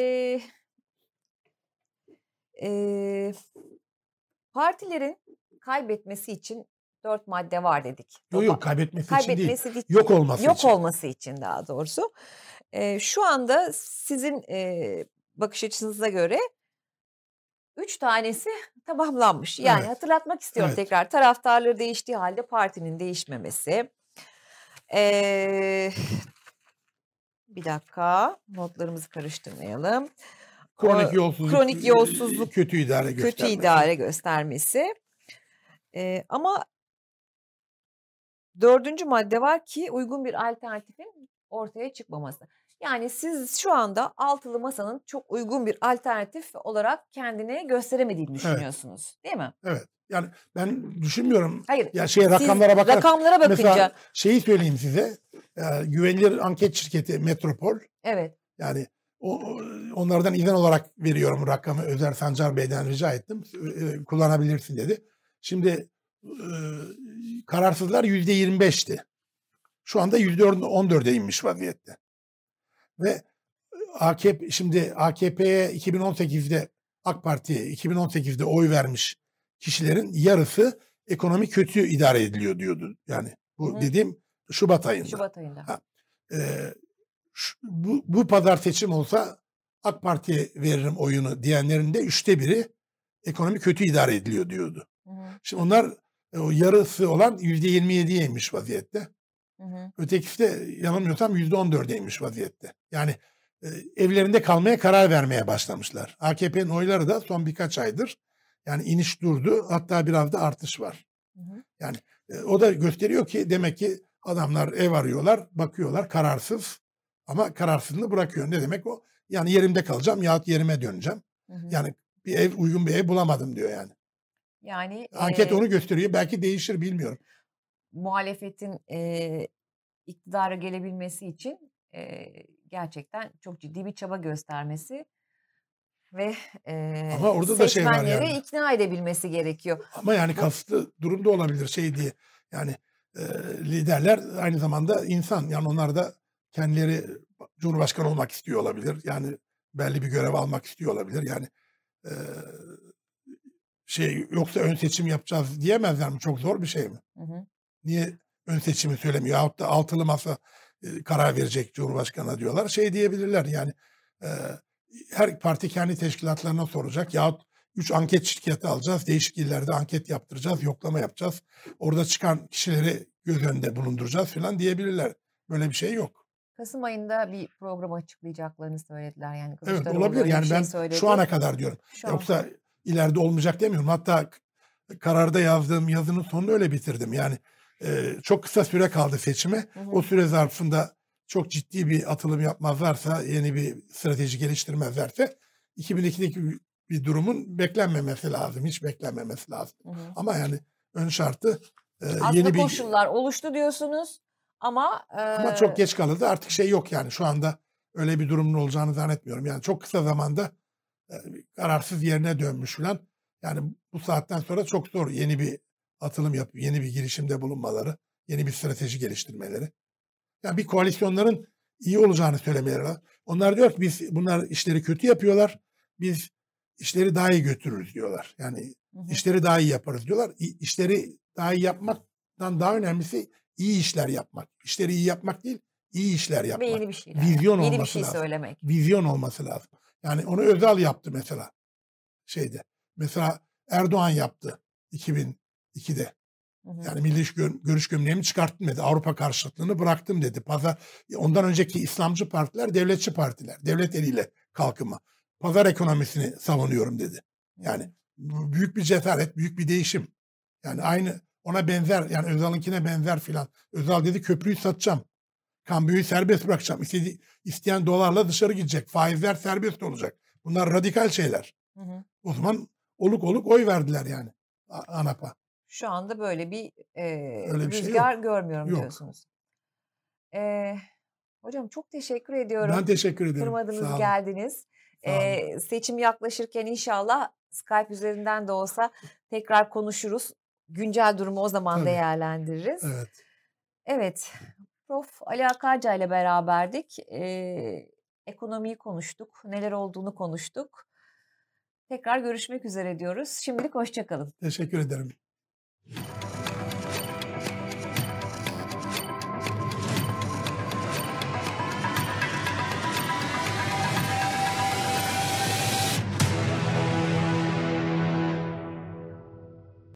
e, partilerin kaybetmesi için dört madde var dedik. Yok Topa- yok kaybetmesi için değil. kaybetmesi için, Yok olması yok için. olması için daha doğrusu. Ee, şu anda sizin e, bakış açınıza göre üç tanesi tamamlanmış. Yani Evet. hatırlatmak istiyorum Evet. tekrar. Taraftarları değiştiği halde partinin değişmemesi. Ee, bir dakika, notlarımızı karıştırmayalım. Kronik O, yolsuzluk, kronik yolsuzluk, kötü idare kötü göstermesi. idare göstermesi. Ee, ama dördüncü madde var ki uygun bir alternatifin ortaya çıkmaması. Yani siz şu anda altılı masanın çok uygun bir alternatif olarak kendini gösteremediğini Evet. düşünüyorsunuz, değil mi? Evet. Yani ben düşünmüyorum. Hayır. Ya şey siz rakamlara bakar. rakamlara bakınca Mesela şeyi söyleyeyim size. E, güvenilir anket şirketi Metropol. evet. Yani o, onlardan izin olarak veriyorum rakamı. Özer Sancar Bey'den rica ettim. E, kullanabilirsin dedi. Şimdi e, kararsızlar yüzde yirmi beşti. Şu anda yüzde on dörde inmiş vaziyette. Ve A K P şimdi A K P'ye iki bin on sekizde AK Parti'ye iki bin on sekizde oy vermiş kişilerin yarısı ekonomi kötü idare ediliyor diyordu. Yani bu Hı. dediğim Şubat ayında. Şubat ayında. Ha, e, şu, bu, bu pazar seçim olsa AK Parti'ye veririm oyunu diyenlerin de üçte biri ekonomi kötü idare ediliyor diyordu. Hı hı. Şimdi onlar o yarısı olan yüzde yirmi yediye inmiş vaziyette. Hı hı. Ötekisi de yanılmıyorsam yüzde on dörde inmiş vaziyette. Yani e, evlerinde kalmaya karar vermeye başlamışlar. A K P'nin oyları da son birkaç aydır yani iniş durdu. Hatta biraz da artış var. Hı hı. Yani e, o da gösteriyor ki demek ki adamlar ev arıyorlar, bakıyorlar kararsız ama kararsızlığını bırakıyor. Ne demek o? Yani yerimde kalacağım yahut yerime döneceğim. Hı hı. Yani bir ev uygun bir ev bulamadım diyor yani. Yani Anket e, onu gösteriyor. Belki değişir bilmiyorum. muhalefetin e, iktidara gelebilmesi için e, gerçekten çok ciddi bir çaba göstermesi ve e, Ama orada da şey var seçmenleri yani. ikna edebilmesi gerekiyor. Ama yani Bu- kasıtlı durumda olabilir şey diye. Yani e, liderler aynı zamanda insan. Yani onlar da kendileri Cumhurbaşkanı olmak istiyor olabilir. Yani belli bir görev almak istiyor olabilir. Yani e, şey yoksa ön seçim yapacağız diyemezler mi? Çok zor bir şey mi? Hı hı. Niye ön seçimi söylemiyor? Yahut da altılı masa e, karar verecek Cumhurbaşkanı'na diyorlar. Şey diyebilirler yani e, her parti kendi teşkilatlarına soracak. Yahut üç anket şirketi alacağız. Değişik illerde anket yaptıracağız. Yoklama yapacağız. Orada çıkan kişileri göz önünde bulunduracağız falan diyebilirler. Böyle bir şey yok. Kasım ayında bir program açıklayacaklarını söylediler. Yani Evet Kılıçdaroğlu olabilir. öyle bir Yani şey ben söyledi. şu ana kadar diyorum. Şu an. Yoksa ileride olmayacak demiyorum. Hatta k- kararda yazdığım yazının sonunu öyle bitirdim. Yani e, çok kısa süre kaldı seçime. Hı hı. O süre zarfında çok ciddi bir atılım yapmazlarsa, yeni bir strateji geliştirmezlerse iki bin ikideki bir- bir durumun beklenmemesi lazım. Hiç beklenmemesi lazım. Hı hı. Ama yani ön şartı e, Aslında yeni bir koşullar oluştu diyorsunuz ama ama e, çok geç kalındı. Artık şey yok yani şu anda öyle bir durumun olacağını zannetmiyorum. Yani çok kısa zamanda e, kararsız yerine dönmüş falan. Yani bu saatten sonra çok zor yeni bir atılım yapıp yeni bir girişimde bulunmaları, yeni bir strateji geliştirmeleri. Yani bir koalisyonların iyi olacağını söylemeleri var. Onlar diyor ki biz bunlar işleri kötü yapıyorlar. Biz işleri daha iyi götürürüz diyorlar. Yani hı hı. işleri daha iyi yaparız diyorlar. İ- İşleri daha iyi yapmaktan daha önemlisi iyi işler yapmak. İşleri iyi yapmak değil, iyi işler Ve yapmak. yeni bir şeyler Vizyon yapmak. Yeni bir olması şey lazım. söylemek. Vizyon olması lazım. Yani onu Özal yaptı mesela şeyde. Mesela Erdoğan yaptı iki bin ikide. Hı hı. Yani milli gör- görüş gömleğimi çıkarttım dedi. Avrupa karşıtlığını bıraktım dedi. Pazar ondan önceki İslamcı partiler devletçi partiler. Devlet eliyle kalkınma. Pazar ekonomisini savunuyorum dedi. Hı Yani hı. bu büyük bir cesaret, büyük bir değişim. Yani aynı ona benzer yani Özal'ınkine benzer filan. Özal dedi köprüyü satacağım. Kambiyoyu serbest bırakacağım. İstedi, isteyen dolarla dışarı gidecek. Faizler serbest olacak. Bunlar radikal şeyler. Hı hı. O zaman oluk oluk oy verdiler yani A- ANAP'a. Şu anda böyle bir, eee, Öyle bir şey rüzgâr yok. görmüyorum Yok. diyorsunuz. Eee, hocam çok teşekkür ediyorum. Ben teşekkür ederim. Kırmadınız, Sağ olun. geldiniz. Sağ olun. Eee, seçim yaklaşırken inşallah Skype üzerinden de olsa tekrar konuşuruz. Güncel durumu o zaman Tabii. değerlendiririz. Evet. Evet, Prof. Ali Akarca ile beraberdik. Eee, ekonomiyi konuştuk, neler olduğunu konuştuk. Tekrar görüşmek üzere diyoruz. Şimdilik hoşça kalın. Teşekkür ederim.